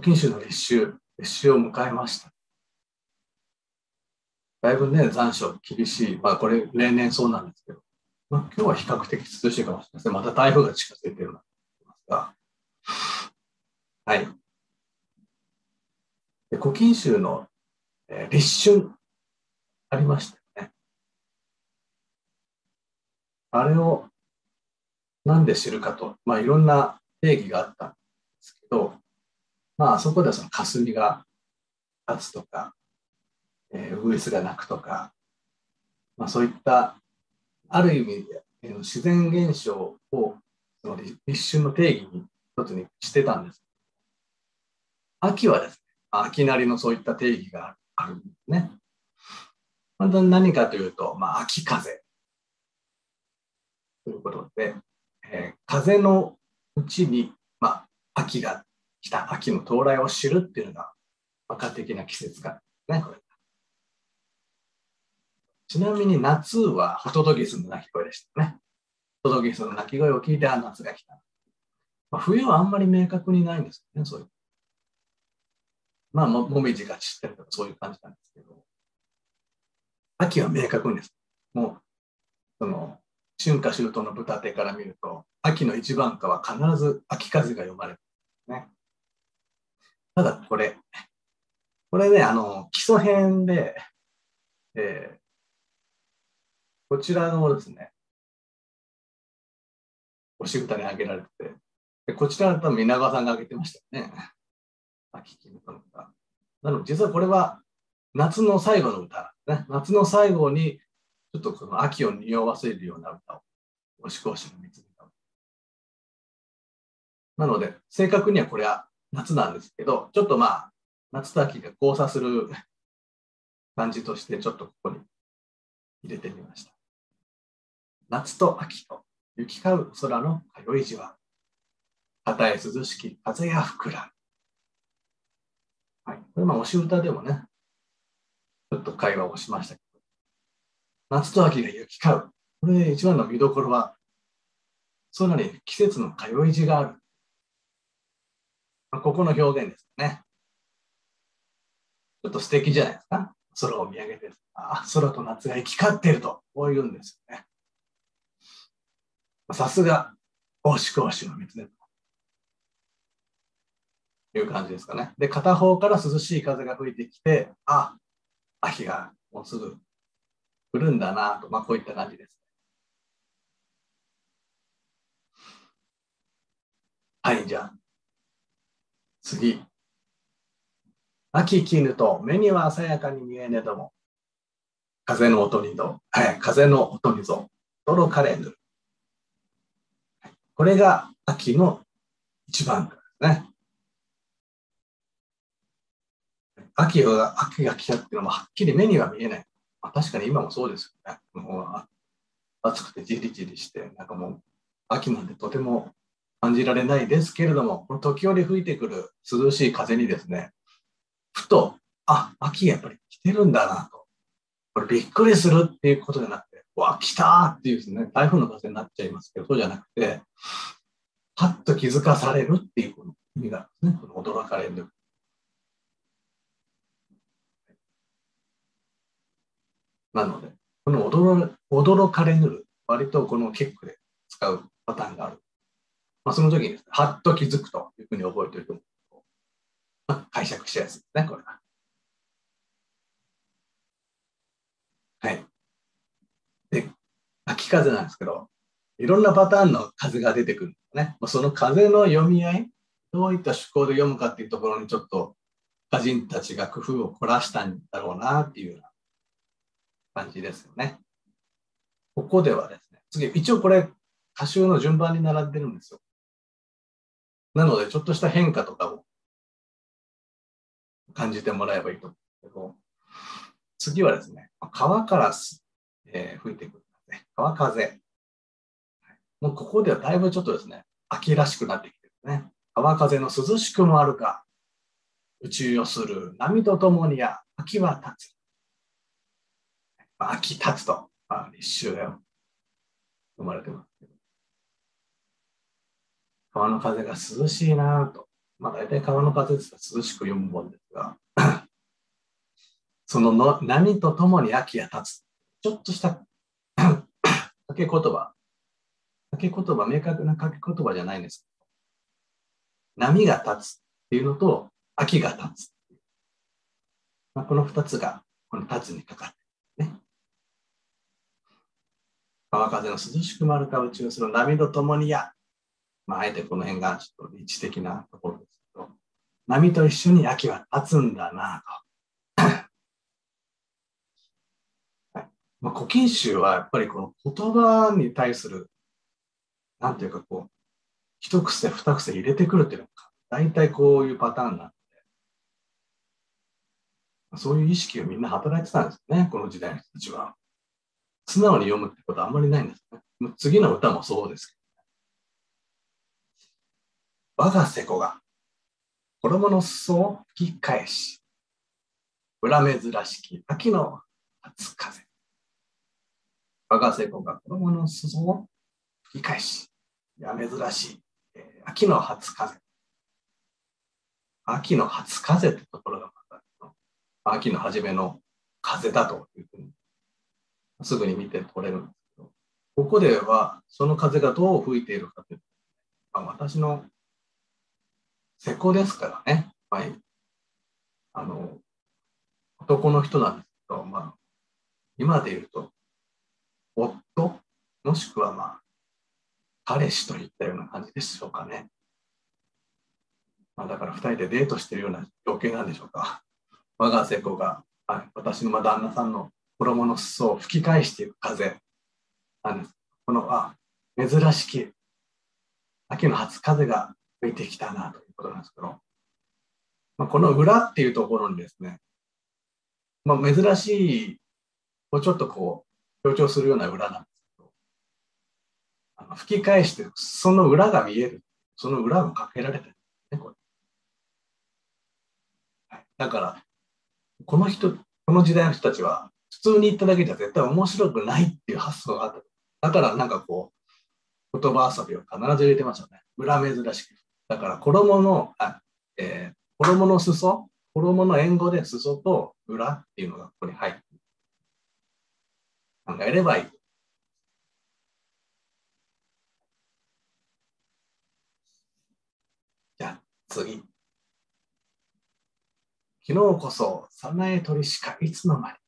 金秋の立秋を迎えました。だいぶね、残暑厳しい。これ、例年そうなんですけど、今日は比較的涼しいかもしれません。また台風が近づいているのますが、はい。で、古今集の、立春ありましたよね。あれをなんで知るかと、いろんな定義があったんですけど、そこではその霞が立つとか、ウグイスが鳴くとか、そういったある意味で自然現象をその立春の定義に一つにしてたんです。秋はですね、秋なりのそういった定義があるんですね。本当に何かというと、秋風ということで、風のうちに、秋が来た、秋の到来を知るっていうのが和歌的な季節感ですね、これ。ちなみに夏はホトトギスの鳴き声でしたね。ホトトギスの鳴き声を聞いて、夏が来た。冬はあんまり明確にないんですよね、そういう。もみじが散ってるとかそういう感じなんですけど、秋は明確にです。もう、その、春夏秋冬の豚手から見ると、秋の一番歌は必ず秋風が読まれるんですね。ただこれね、基礎編で、こちらのですね、おし歌に挙げられてて、でこちらは多分皆川さんが挙げてましたよね。秋君の歌。なので、実はこれは夏の最後の歌なんですね。夏の最後に、ちょっとこの秋を匂わせるような歌を、おしこしの水歌を。なので、正確にはこれは夏なんですけど、ちょっと夏と秋が交差する感じとして、ちょっとここに入れてみました。夏と秋と行き交う空の通いじわ。片え涼しき風やふくら。はい、これおし歌でもね、ちょっと会話をしましたけど、夏と秋が行き交う。これ一番の見どころは、空に季節の通い字がある。ここの表現ですね。ちょっと素敵じゃないですか。空を見上げて、空と夏が行き交っていると、こういうんですよね。さすが、大志向しの三つねという感じですかね。で、片方から涼しい風が吹いてきて、秋がもうすぐ来るんだなと、こういった感じです。はい、じゃあ、次。秋絹と目には鮮やかに見えねども、風の音にぞ、風の音にぞ、驚かれぬ。これが秋の一番ですね。秋が来たっていうのもはっきり目には見えない。確かに今もそうですよね。もう暑くてじりじりして、もう秋なんてとても感じられないですけれども、時折吹いてくる涼しい風にですね、ふと、秋やっぱり来てるんだなと。これびっくりするっていうことじゃなくて、来たーっていうですね、台風の風になっちゃいますけど、そうじゃなくて、はっと気づかされるっていう意味があるんですね。この驚かれる。なので、この驚かれぬ、割とこの結句で使うパターンがある。その時に、はっと気づくというふうに覚えておいても、解釈しやすいですね、これは。はい。で、秋風なんですけど、いろんなパターンの風が出てくるんですね。その風の読み合い、どういった趣向で読むかっていうところにちょっと歌人たちが工夫を凝らしたんだろうなっていうような感じですよね。ここではですね、次、一応これ、歌集の順番に並んでるんですよ。なので、ちょっとした変化とかを感じてもらえばいいと思うんですけど、次はですね、川から、吹いてくる風、川風。もうここではだいぶちょっとですね、秋らしくなってきてるね。川風の涼しくもあるか、宇宙をする波とともにや秋は立つ。秋立つと、立秋が生まれてますけど。川の風が涼しいなと。 まあ大体川の風ですが涼しく読む本ですが、その波とともに秋が経つ。ちょっとした掛け言葉、明確な掛け言葉じゃないんです。波が立つっていうのと秋が立つ。まあ、この2つがこの立つにかかっているね。川風の涼しく舞る川中、その波とともにまあ、あえてこの辺がちょっと理知的なところですけど、波と一緒に秋は立つんだなと。はい。まあ、古今集はやっぱりこの言葉に対する、なんていうかこう、一癖二癖入れてくるっていうのが、大体こういうパターンなんで、そういう意識がみんな働いてたんですね、この時代の人たちは。素直に読むってことはあんまりないんですね。次の歌もそうですけど、我が瀬古が衣の裾を吹き返し、裏珍しき秋の初風。我が瀬古が衣の裾を吹き返し、珍しい、秋の初風。秋の初風ってところがまた、秋の初めの風だというふうにすぐに見て取れるんですけど、ここではその風がどう吹いているかというと、私の瀬古ですからね、はい、男の人なんですけど、今で言うと夫もしくは彼氏といったような感じでしょうかね。だから2人でデートしているような情景なんでしょうか。我が瀬古が、私の旦那さんの衣の裾を吹き返していく風なんです。この珍しき秋の初風が吹いてきたなということなんですけど、この裏っていうところにですね、珍しいをちょっとこう強調するような裏なんですけど、吹き返してその裏が見える、その裏をかけられてる、ね、これ。はい、だからこの時代の人たちは普通に言っただけじゃ絶対面白くないっていう発想があった。だからなんかこう言葉遊びを必ず入れてますよね。裏珍しく。だから衣の裾、衣の縁語で裾と裏っていうのがここに入って考えればいい。じゃあ次。昨日こそ早苗鳥しかいつの間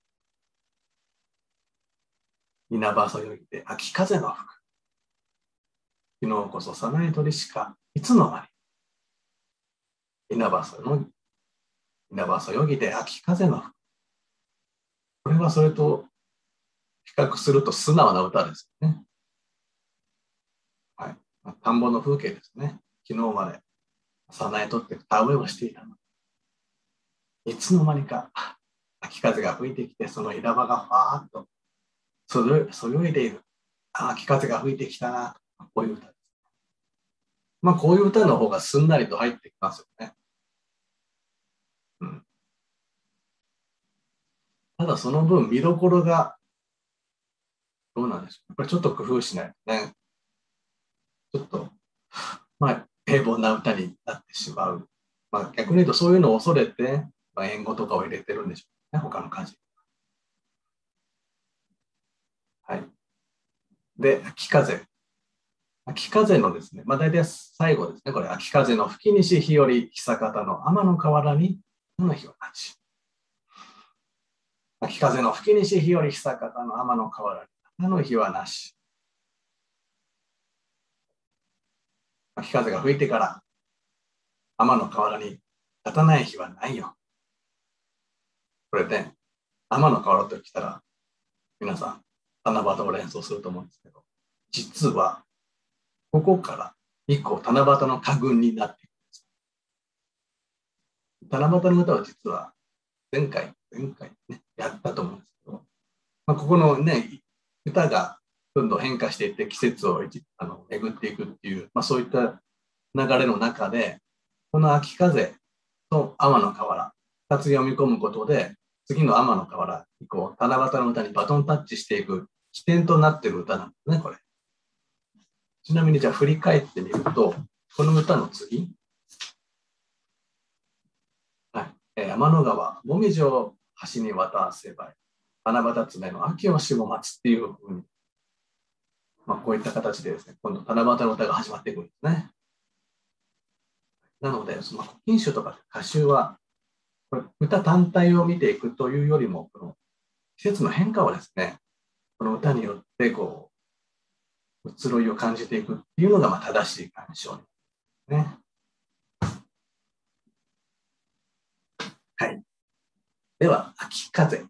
に稲葉そよぎで秋風の吹く。昨日こそ早苗鳥しかいつの間に稲葉そよぎで秋風の吹く。これはそれと比較すると素直な歌ですよね。はい。田んぼの風景ですね。昨日まで早苗とって田植えをしていたの。いつの間にか秋風が吹いてきて、その稲葉がファーッとそよいでいる。秋風が吹いてきたな。こういう歌です。こういう歌の方がすんなりと入ってきますよね。うん、ただその分見どころがどうなんでしょう。やっぱりちょっと工夫しないとね。ちょっと、平凡な歌になってしまう。逆に言うとそういうのを恐れて、援護とかを入れてるんでしょうね。他の歌詞。はい。で、秋風。秋風のですね、大体最後ですね、これ、秋風の吹き西日和、久方の天の河原に、この日を立ち。秋風の吹き西日和、久方の天の河原に、あの日はなし。秋風が吹いてから、天の河原に立たない日はないよ。これで、天の河原ときたら、皆さん、七夕を連想すると思うんですけど、実は、ここから以降、七夕の家群になっていくんです。七夕の歌は実は、前回ね、やったと思うんですけど、ここのね、歌がどんどん変化していって季節を巡っていくっていう、そういった流れの中で、この秋風と天の河原、2つ読み込むことで、次の天の河原以降、七夕の歌にバトンタッチしていく起点となっている歌なんですね、これ。ちなみにじゃあ振り返ってみると、この歌の次、 山の川、もみじを橋に渡せば、七夕爪の秋をしも待つっていうふうに、こういった形でですね、今度七夕の歌が始まっていくんですね。なので、その古今集とか歌集は、歌単体を見ていくというよりも、この季節の変化をですね、この歌によって移ろいを感じていくっていうのが正しい鑑賞ね。はい。では、秋風。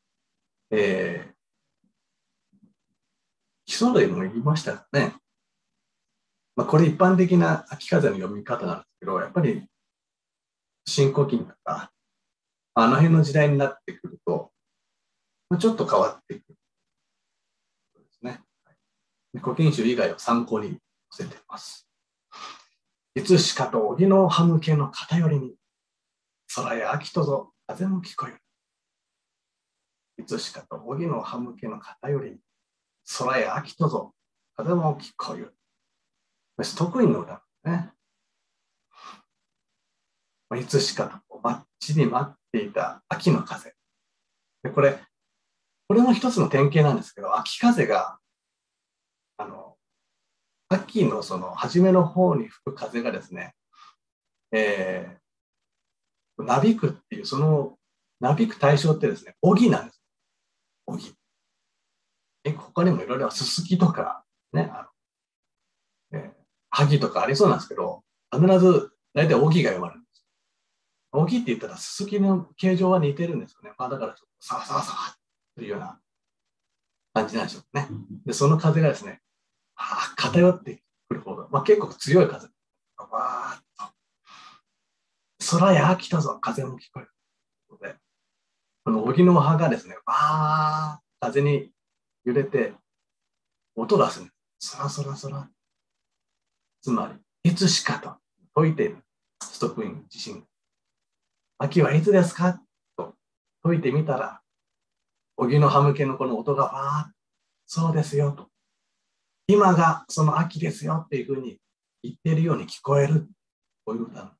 基礎類も言いましたかね。これ一般的な秋風の読み方なんですけど、やっぱり新古今とか、あの辺の時代になってくると、ちょっと変わっていく。そうですね。古今集以外を参考に載せています。いつしかと荻の葉向けの偏りに、空や秋とぞ風も聞こえる。いつしかと荻の葉向けの偏りに、空や秋とぞ風も聞こえる。得意の歌ですね。いつしかと待ちに待っていた秋の風。でこれも一つの典型なんですけど、秋風が、秋のその初めの方に吹く風がですね、なびくっていう、そのなびく対象ってですね、荻なんです。荻。他にもいろいろすすきとか、ね、萩とかありそうなんですけど、必ず大体荻が読まれるんです。荻って言ったらすすきの形状は似てるんですよね。だからちょっとサワサワサワというような感じなんでしょうね。で、その風がですね、偏ってくるほど、結構強い風。わーっと。空や秋とぞ風も聞こえるので、この荻の葉がですね、わー風に揺れて音がする。そらそらそら。つまり、いつしかと解いているストックイン自身。秋はいつですかと解いてみたら、荻の葉向けのこの音がわーそうですよと。今がその秋ですよっていうふうに言っているように聞こえる。こういう歌。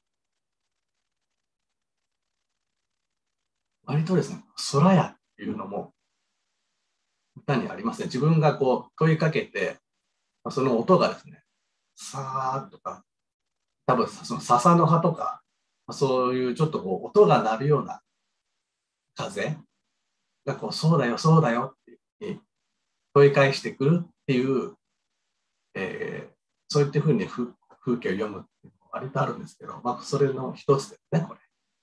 割とですね、空やっていうのも歌にありますね。自分が問いかけて、その音がですね、さーとか、多分その笹の葉とか、そういうちょっと音が鳴るような風がそうだよ、そうだよっていう問い返してくるっていう、そういったふうに風景を読むっていうのが割とあるんですけど、それの一つですね、これ。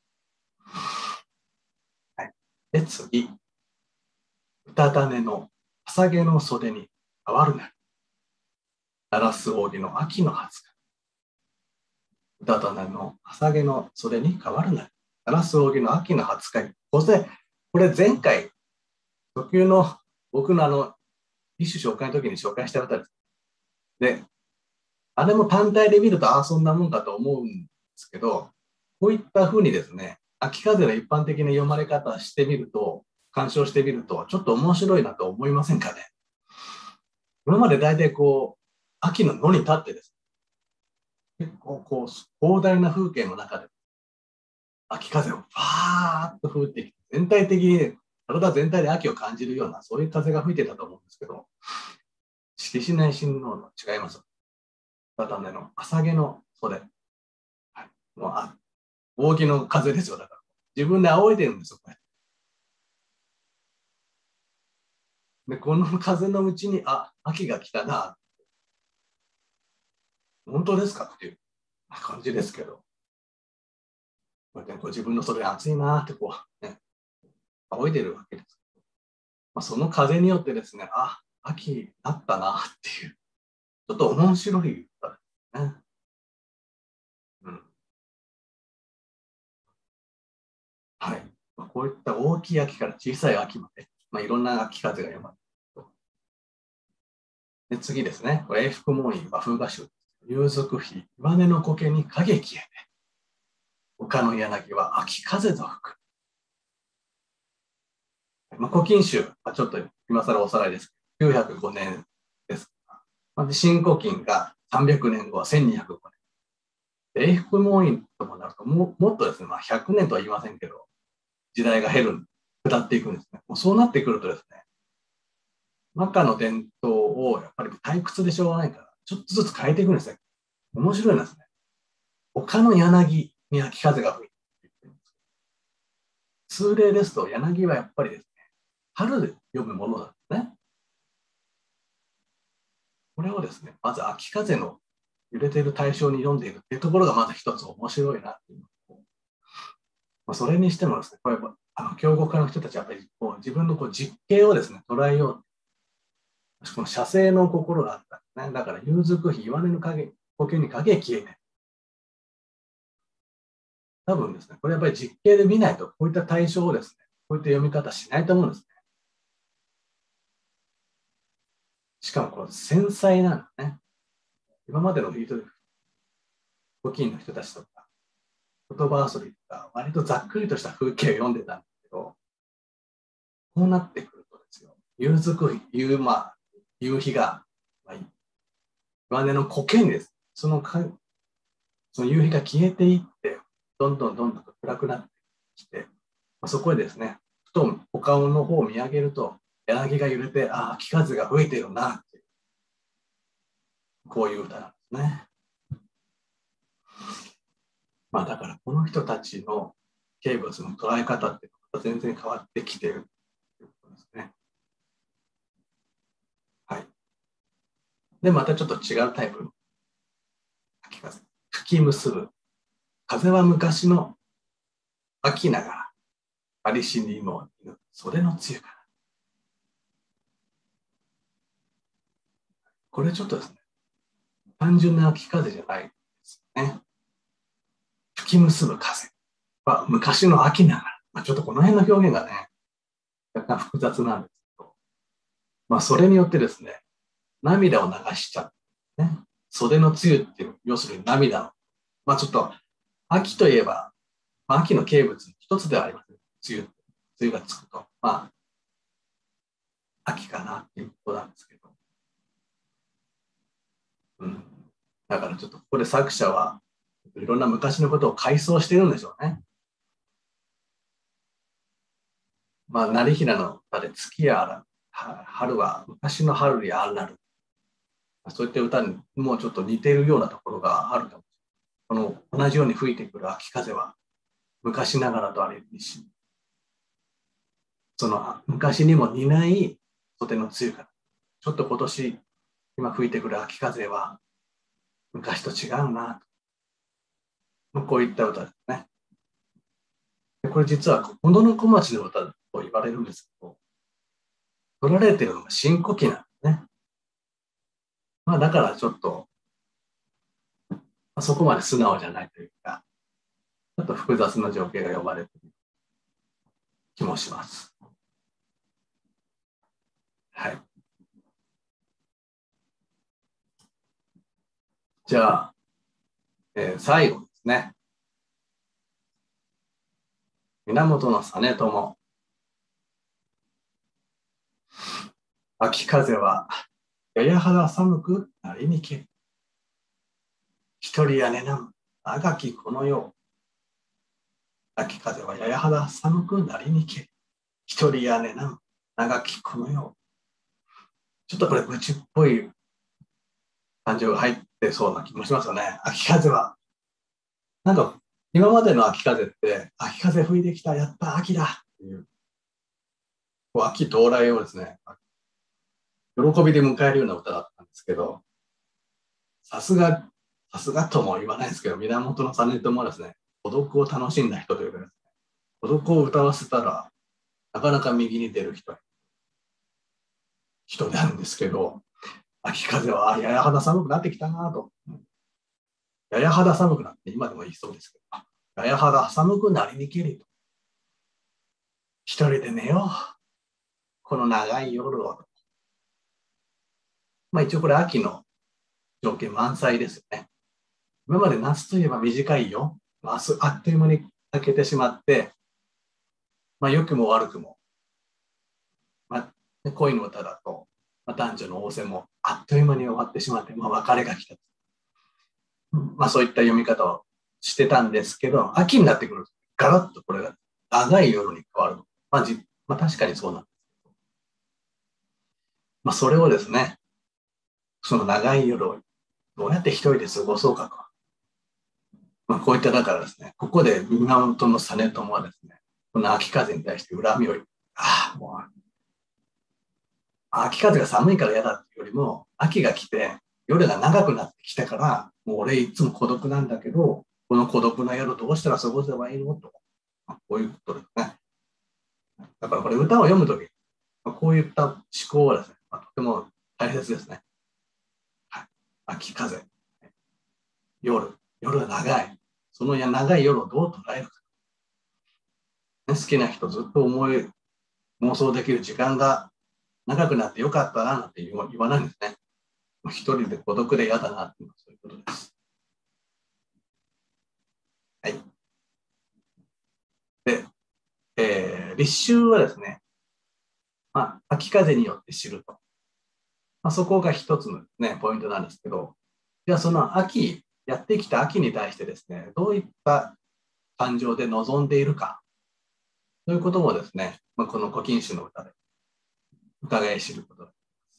はい、で、次。うたた寝の朝毛の袖に変わるなり。ガラス扇の秋の20日。うたた寝の朝毛の袖に変わるなり。ガラス扇の秋の20日。これ前回、初級の僕の一種紹介の時に紹介した歌です。で、あれも単体で見ると、そんなもんかと思うんですけど、こういったふうにですね、秋風の一般的な読まれ方してみると、鑑賞してみると、ちょっと面白いなと思いませんかね。今まで大体秋の野に立ってですね、結構広大な風景の中で、秋風をファーッと吹いてきて、全体的に、体全体で秋を感じるような、そういう風が吹いてたと思うんですけど、四季内親王の違います。ただねの朝毛の袖。はい、もう扇の風ですよ、だから。自分で仰いでるんですよ、これ。で、この風のうちに、秋が来たな。本当ですかっていう感じですけど。こうやって自分の袖暑いなってね、仰いでるわけです。その風によってですね、秋になったなっていう、ちょっと面白い歌ですね。うん。はい。こういった大きい秋から小さい秋まで、いろんな秋風が読まれる。で、次ですね。これ、永福門院和風画集。遊族碑、岩根の苔に影消えて、丘の柳は秋風と吹く。古今集、ちょっと今更おさらいです。905年です。新古今が300年後は1205年。 永福門院ともなるともっとですね、100年とは言いませんけど、時代が下っていくんですね。もうそうなってくるとですね、和歌の伝統をやっぱり退屈でしょうがないから、ちょっとずつ変えていくんですね。面白いんですね。他の柳に秋風が吹いていくんです。通例ですと、柳はやっぱりですね、春で読むものなんですね。これをですね、まず秋風の揺れている対象に読んでいるっていうところがまず一つ面白いなっていう。それにしてもですね、これ強豪家の人たちはやっぱり自分の実形をですね、捉えよう。この写生の心があったんですね。だから、融通比、岩根の影、苔に影消えて。多分ですね、これやっぱり実形で見ないと、こういった対象をですね、こういった読み方しないと思うんですね。しかも、これ繊細なんですね。今までの古今の人たちとか、言葉遊びとか、割とざっくりとした風景を読んでたんですけど、こうなってくるとですよ、夕日が、岩根の苔にです、その夕日が消えていって、どんどんと暗くなってきて、そこへですね、ふと丘の方を見上げると、柳が揺れて、秋風が吹いているなって、こういう歌なんですね。だからこの人たちの景物の捉え方って全然変わってきているということですね。はい。で、またちょっと違うタイプの秋風。吹き結ぶ。風は昔の秋ながら、ありしにも袖の露かな。これちょっとですね、単純な秋風じゃないですね。吹き結ぶ風は昔の秋ながら。ちょっとこの辺の表現がね、若干複雑なんですけど、それによってですね、涙を流しちゃう。ね。袖の露っていう、要するに涙の。ちょっと、秋といえば、秋の景物の一つではあります。梅雨がつくと。秋かなっていうことなんですけど。だからちょっとここで作者はいろんな昔のことを回想してるんでしょうね。成平の歌で月やあら春は昔の春やあらる。そういった歌にもうちょっと似ているようなところがあるかもしれない。この同じように吹いてくる秋風は昔ながらとあれにし、その昔にも似ない袖の強かちょっと今吹いてくる秋風は昔と違うなと。こういった歌ですね。これ実は小野小町の歌と言われるんですけど、取られているのが新古希なんですね。だからちょっと、そこまで素直じゃないというか、ちょっと複雑な情景が呼ばれている気もします。はい。じゃあ、最後ですね。源実朝。秋風はやや肌寒くなりにけり。一人やねなむ長きこの世。秋風はやや肌寒くなりにけり。一人やねなむ長きこの世。ちょっとこれ愚痴っぽい感情が入ってそうな気もしますよね。秋風は。なんか今までの秋風って秋風吹いてきた、やった秋だっていう、秋到来をですね、喜びで迎えるような歌だったんですけど、さすがとも言わないですけど、源実朝はですね、孤独を楽しんだ人というかですね、孤独を歌わせたら、なかなか右に出る人なんですけど、秋風はやや肌寒くなってきたなと。やや肌寒くなって今でも言いそうですけど、やや肌寒くなりにけりと。一人で寝よう。この長い夜を。一応これ秋の条件満載ですよね。今まで夏といえば短いよ。あっという間に明けてしまって、良くも悪くも、恋の歌だと、男女の仰せもあっという間に終わってしまって、別れが来た。そういった読み方をしてたんですけど、秋になってくると、ガラッとこれが長い夜に変わる。まあ、確かにそうなんですけど、まあ、それをですね、その長い夜をどうやって一人で過ごそうかと。まあ、こういっただからですね、ここで源実朝はですね、この秋風に対して恨みを、もう、秋風が寒いから嫌だっていうよりも、秋が来て、夜が長くなってきたから、もう俺いつも孤独なんだけど、この孤独な夜どうしたら過ごせばいいのと、まあ、こういうことですね。だからこれ歌を読むとき、こういった思考はですね、とても大切ですね。はい、秋風、夜が長い。その長い夜をどう捉えるか。好きな人ずっと妄想できる時間が長くなってよかったななんて言わないんですね。一人で孤独で嫌だなっていうそういうことです。はい。で、立秋はですね、秋風によって知ると。そこが一つの、ね、ポイントなんですけど、じゃあそのやってきた秋に対してですね、どういった感情で臨んでいるか、ということもですね、この古今集の歌で伺い知ることです。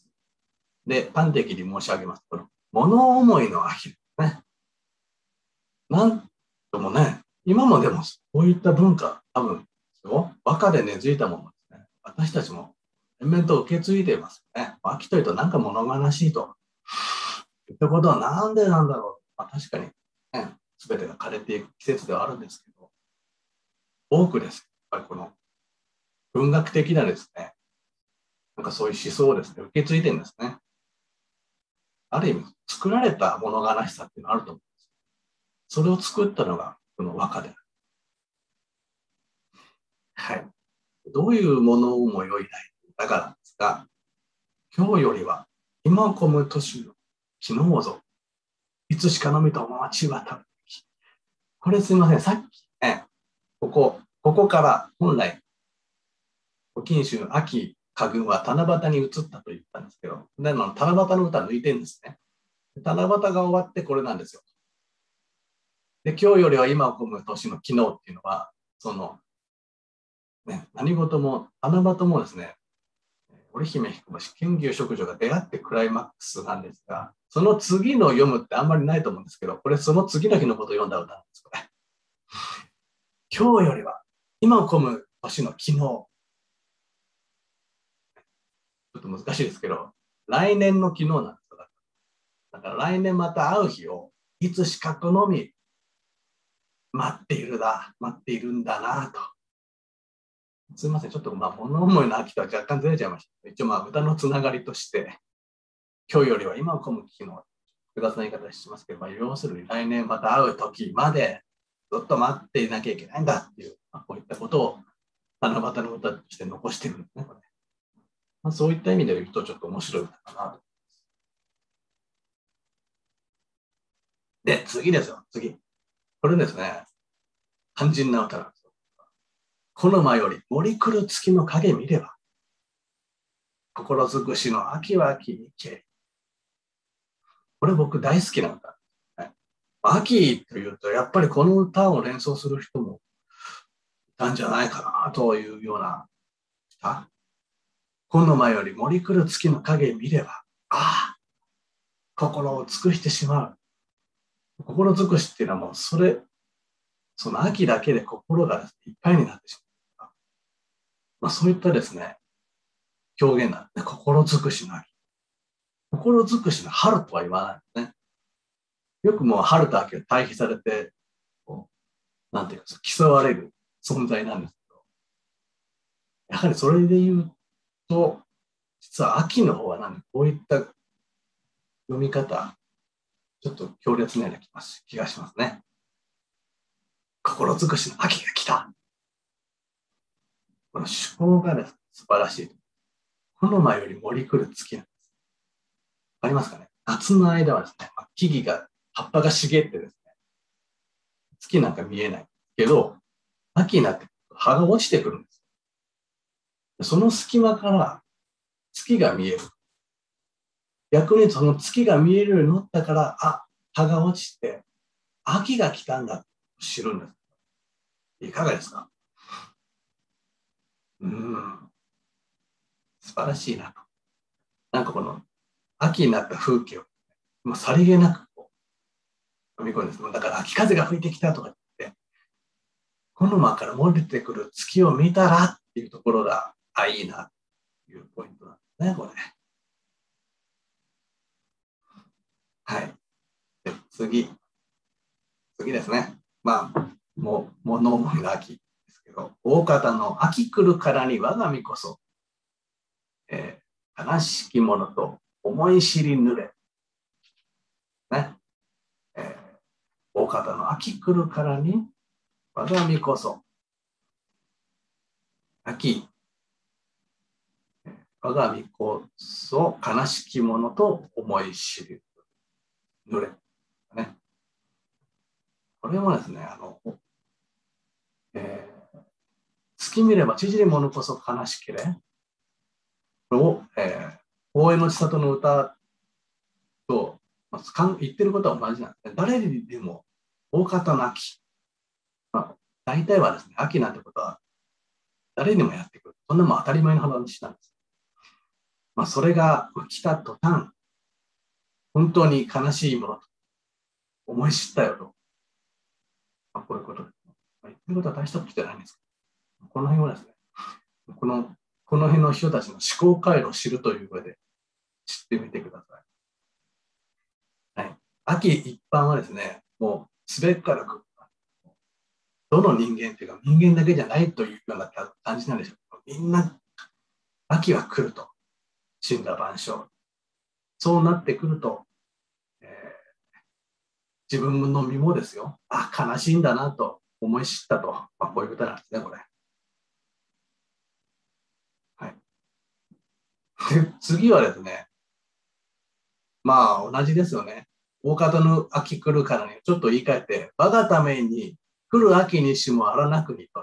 で、端的に申し上げますと、物思いの秋ですね。なんともね、今もでもこういった文化、多分、和歌で根付いたものですね。私たちも連綿と受け継いでいますよね。秋というとなんか物悲しいと。いったことはなんでなんだろう。確かに、ね、全てが枯れていく季節ではあるんですけど、多くです。やっぱりこの文学的なですね、なんかそういう思想をですね、受け継いでるんですね。ある意味、作られた物悲しさっていうのがあると思うんです。それを作ったのがこの和歌である。はい。どういう物思いを抱いていたかなんですが、今日よりは今を込む年の昨日ぞ、いつしかのみと街渡る。これすみません、さっきね、ここから本来、古今集秋家軍は七夕に移ったと言ったんですけど、七夕の歌抜いてるんですね。七夕が終わってこれなんですよ。で、今日よりは今を込む年の昨日っていうのは、その、ね、何事も、七夕もですね、織姫彦星剣牛淑女が出会ってクライマックスなんですが、その次の読むってあんまりないと思うんですけど、これその次の日のことを読んだ歌なんです、これ。今日よりは、今を込む年の昨日。ちょっと難しいですけど、来年の昨日なんですよ。だから来年また会う日を、いつしかこのみ待っているんだなと。すみません、ちょっと物思いの秋とは若干ずれちゃいました。一応歌のつながりとして、今日よりは今を込む日の複雑な言い方しますけど、要するに来年また会う時までずっと待っていなきゃいけないんだっていう、こういったことを七夕の歌として残しているんですね、これ。そういった意味で言うとちょっと面白い歌かなと。で、次ですよ、次。これですね、肝心な歌なんですよ。この間より森来る月の影見れば、心尽くしの秋は秋に消え。これ僕大好きな歌。秋というと、やっぱりこの歌を連想する人もいたんじゃないかなというような歌。この前より森来る月の影見れば、心を尽くしてしまう。心尽くしっていうのはもうその秋だけで心がいっぱいになってしまう。そういったですね、表現なんですね。心尽くしの秋。心尽くしの春とは言わないですね。よくもう春と秋が対比されて、なんていうんですか、競われる存在なんですけど、やはりそれで言うと、実は秋の方はこういった読み方、ちょっと強烈なような気がしますね。心尽くしの秋が来た。この趣向が、ね、素晴らしい。この前より森来る月なんです。わかりますかね。夏の間はですね、木々が、葉っぱが茂ってですね、月なんか見えないけど、秋になって葉が落ちてくるんです。その隙間から月が見える。逆にその月が見えるようになったから、葉が落ちて、秋が来たんだ。 知るんです。いかがですか？素晴らしいなと。なんかこの秋になった風景をもうさりげなくこう飲み込んでです。だから秋風が吹いてきたとか言って、この間から漏れてくる月を見たらっていうところが、いいなっていうポイントなんですね、これ。はい。で次ですね。まあ、もう農門が秋ですけど、大方の秋来るからに我が身こそ、悲しきものと思い知りぬれ。ね。大方の秋来るからに我が身こそ、秋、我が身こそ悲しきものと思い知りぬれ。ね。これもですね、月見れば縮りものこそ悲しけれ。これを、大江の千里の歌と、言ってることは同じなんですね。誰にでも大方の秋。大体はですね、秋なんてことは誰にもやってくる。そんなもん当たり前の話なんです。それが来た途端、本当に悲しいものと思い知ったよと。こういうことです。言ってることは大したことじゃないんですけど、この辺はですね、この辺の人たちの思考回路を知るという上で知ってみてください。はい、秋一般はですね、もうすべからく、どの人間というか人間だけじゃないというような感じなんでしょう。みんな秋は来ると。森羅万象。そうなってくると、自分の身もですよ、悲しいんだなと思い知ったと。こういうことなんですね、これ。はい。で、次はですね、同じですよね。大方の秋来るからにちょっと言い換えて、我がために来る秋にしもあらなくにと。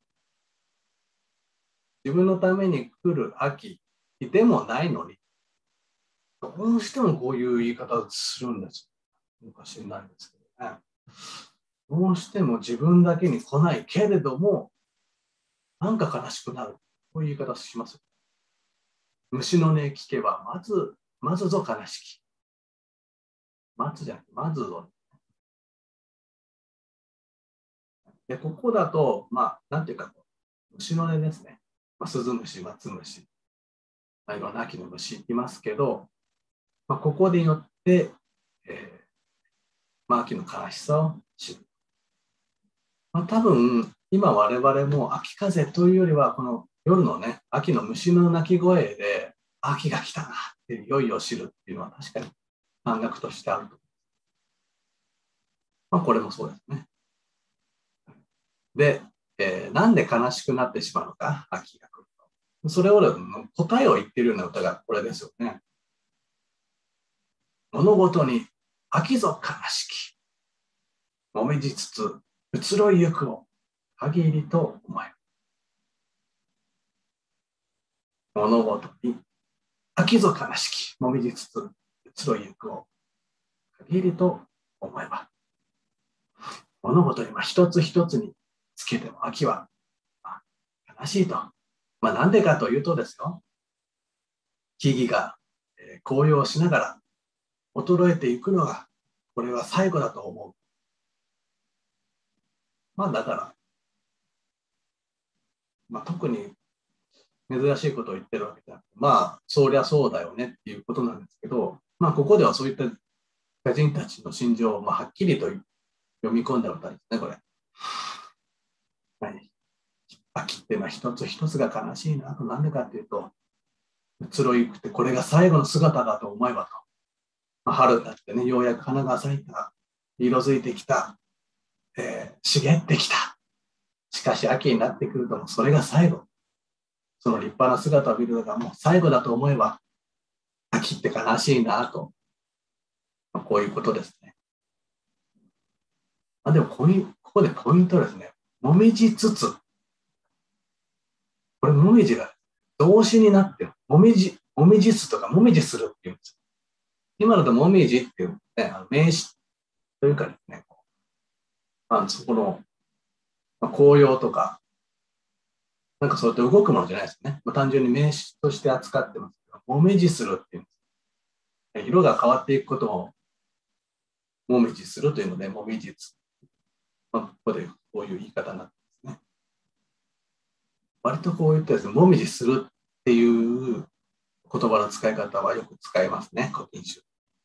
自分のために来る秋でもないのに、どうしてもこういう言い方をするんです。昔になるんですけどね。どうしても自分だけに来ないけれども、なんか悲しくなる。こういう言い方します。虫の音聞けば、まずぞ悲しき。まずじゃなくて、まずぞ。で、ここだと、なんていうか、虫の音ですね。スズムシ、マツムシ、いろんな秋の虫いますけど、ここでよって、秋の悲しさを知る。多分、今我々も秋風というよりは、この夜のね、秋の虫の鳴き声で、秋が来たなっていよいよ知るっていうのは確かに感覚としてあると。これもそうですね。で、なんで悲しくなってしまうのか、秋が来ると。それを答えを言っているような歌がこれですよね。物事に秋ぞ悲しき、もみじつつ移ろいゆくを限りと思え。物事に秋ぞ悲しき、もみじつつ移ろいゆくを限りと思えば。物事に一つ一つにつけても秋は悲しいと。なんでかというとですよ、木々が紅葉しながら衰えていくのが、これは最後だと思う。だから、特に珍しいことを言ってるわけじゃなくて、そりゃそうだよねっていうことなんですけど、ここではそういった歌人たちの心情をはっきりと読み込んだ歌ですね、これ。はい、秋っていうのは一つ一つが悲しいなと、なんでかっていうと、移ろいくてこれが最後の姿だと思えばと。春になってね、ようやく花が咲いた、色づいてきた、茂ってきた。しかし秋になってくると、それが最後。その立派な姿を見るのがもう最後だと思えば、秋って悲しいなと。こういうことですね。でもここでポイントですね。もみじつつ。これ、もみじが動詞になってる。もみじすとか、もみじするっていうんです。今のともみじっていう、ね、名詞というかですね、 そこの、紅葉とか、なんかそうやって動くものじゃないですね。単純に名詞として扱ってますけど、もみじするっていうんです。色が変わっていくことをもみじするというので、もみじつ。ここでこういう言い方になってますね。割とこういったですね、もみじするっていう言葉の使い方はよく使いますね、古今集。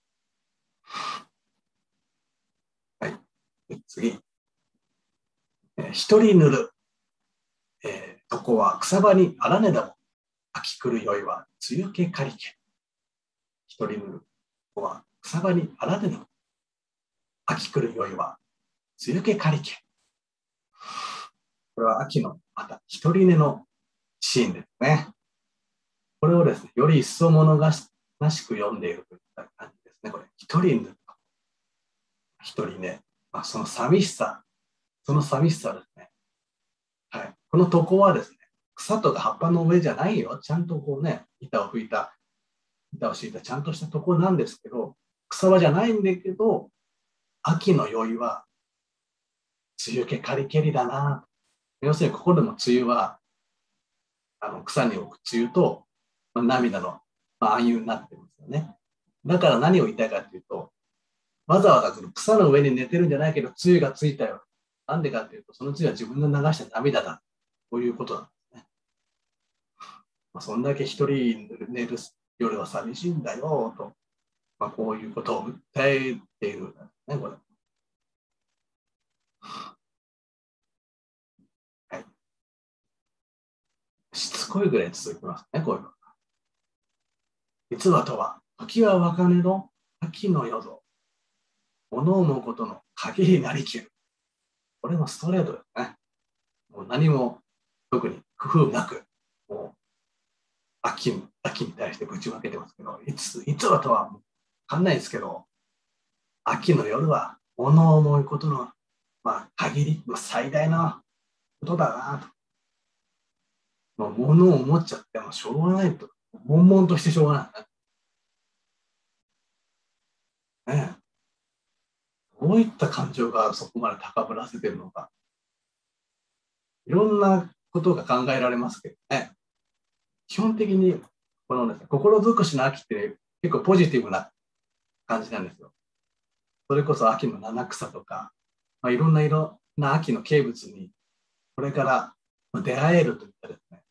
はい。次。一人塗る。床は草場にあらねだも。秋来る宵は梅雨気かりけ。一人塗る。床は草場にあらねだも。秋来る宵は梅雨気かりけ。これは秋のまた一人寝のシーンですね。これをですね、より一層物がしく読んでいるといった感じですね。これ、一人塗る。一人寝。その寂しさ、ですね。はい。この床はですね、草とか葉っぱの上じゃないよ。ちゃんとこうね、板を敷いたちゃんとした床なんですけど、草場じゃないんだけど、秋の宵は梅雨気かりけりだな。要するにここでも梅雨は草に置く梅雨と、涙の、暗喩になってますよね。だから何を言いたいかというと、わざわざ草の上に寝てるんじゃないけど、梅雨がついたよ。なんでかというと、その梅雨は自分の流した涙だ。こういうことなんですね。そんだけ一人寝る夜は寂しいんだよと、こういうことを訴えているんですね、これ。はい、しつこいぐらい続きますね、こういうの。実はとは、時は若根の秋の夜ぞ、物思うことの限りなりきる。これもストレートですね。もう何も特に工夫なく、もう秋に対してぶちまけてますけど、いつはとは分かんないですけど、秋の夜は物思うことの、限り、最大のことだなと。物を思っちゃってもしょうがないと。悶々としてしょうがない。ね、どういった感情がそこまで高ぶらせてるのか。いろんなことが考えられますけどね。基本的に、このですね、心尽くしの秋って結構ポジティブな感じなんですよ。それこそ秋の七草とか、いろんな秋の景物にこれから出会えるといったですね、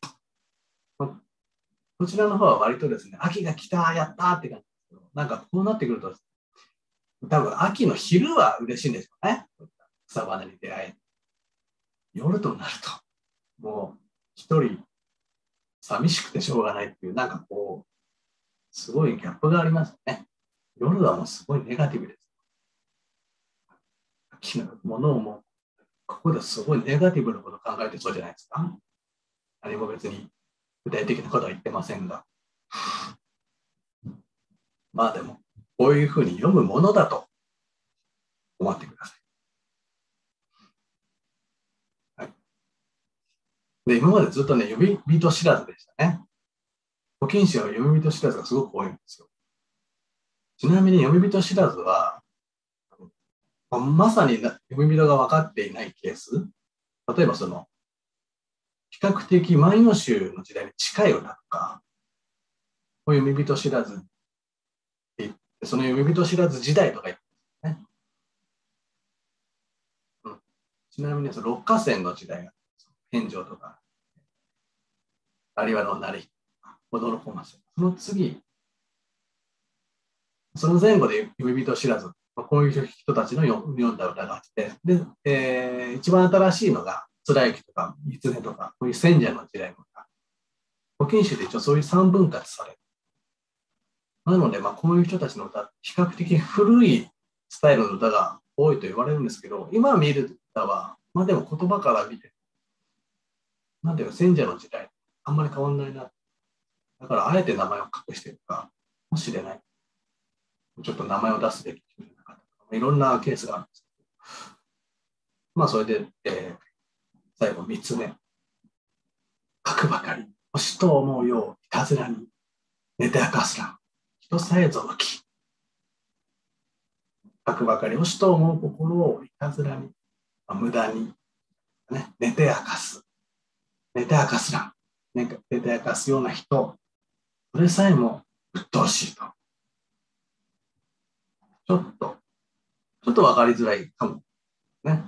こちらの方は割とですね、秋が来た、やったって感じですけど、なんかこうなってくると、多分秋の昼は嬉しいんですよね。草花に出会え。夜となると、もう一人寂しくてしょうがないっていう、なんかこう、すごいギャップがありますね。夜はもうすごいネガティブです。秋のものをもう、ここですごいネガティブなことを考えてそうじゃないですか。何も別に具体的なことは言ってませんが。でも、こういうふうに読むものだと思ってください。はい、で、今までずっとね、読み人知らずでしたね。保健師は読み人知らずがすごく多いんですよ。ちなみに読み人知らずは、まさに読み人が分かっていないケース、例えば比較的万葉集の時代に近い歌とか、読み人知らずって言って、その読み人知らず時代とか言ってね。ちなみに六花仙の時代が、返上とか、有馬の成り、驚こませ。その次、その前後で読み人知らず、こういう人たちの読んだ歌があって、で、一番新しいのが、貫之とか、狐とか、こういう戦者の時代の歌。保健集で一応そういう三分割される。なので、こういう人たちの歌、比較的古いスタイルの歌が多いと言われるんですけど、今見る歌は、でも言葉から見て、なんていうか、戦者の時代、あんまり変わんないな。だから、あえて名前を隠しているかもしれない。ちょっと名前を出すべきとか、いろんなケースがあるんですけど、それで、最後、三つ目。書くばかり、星と思うよう、いたずらに、寝て明かすら、人さえぞのき。書くばかり、星と思う心をいたずらに。 無駄に、ね、寝て明かす。寝て明かすな。寝て明かすような人、それさえも鬱陶しいと。ちょっと分かりづらいかも。ね。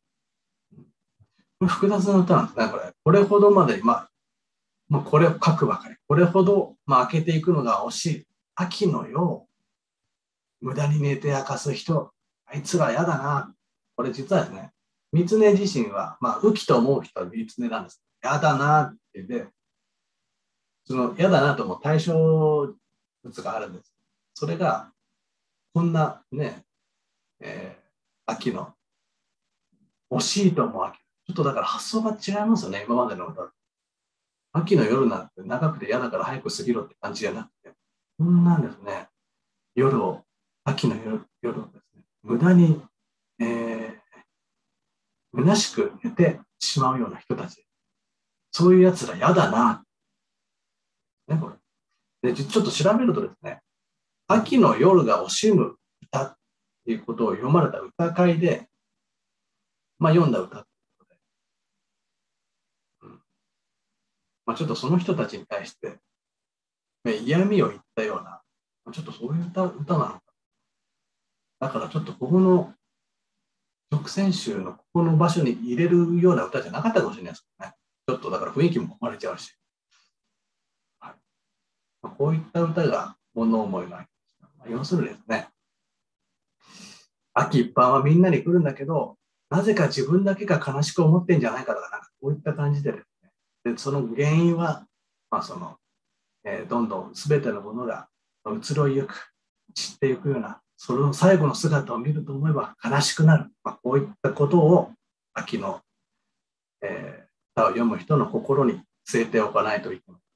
これ複雑な歌なんですね、これ。これほどまで、もうこれを書くばかり。これほど、開けていくのが惜しい。秋の夜、無駄に寝て明かす人、あいつら嫌だな。これ実はですね、三常自身は、雨季と思う人は三常なんです。嫌だなって言って、その嫌だなと思う対象物があるんです。それが、こんなね、秋の惜しいと思う秋。ちょっとだから発想が違いますよね、今までの歌。秋の夜なんて長くて嫌だから早く過ぎろって感じじゃなくて、こんなんですね、秋の夜をですね、無駄に、虚しく寝てしまうような人たち。そういう奴ら嫌だな。ね、これ。で、ちょっと調べるとですね、秋の夜が惜しむ歌っていうことを読まれた歌会で、読んだ歌ってことで、ちょっとその人たちに対して、嫌味を言ったような、ちょっとそういう歌なのか。だからちょっとここの直線集のここの場所に入れるような歌じゃなかったかもしれないですね。ちょっとだから雰囲気も壊れちゃうし。はい、こういった歌が物思いの秋。要するにですね、秋一般はみんなに来るんだけど、なぜか自分だけが悲しく思ってんじゃないかとか、こういった感じでですね、でその原因は、どんどん全てのものが移ろいゆく、散っていくような、その最後の姿を見ると思えば悲しくなる。こういったことを秋の、歌を読む人の心に据えておかないといけない。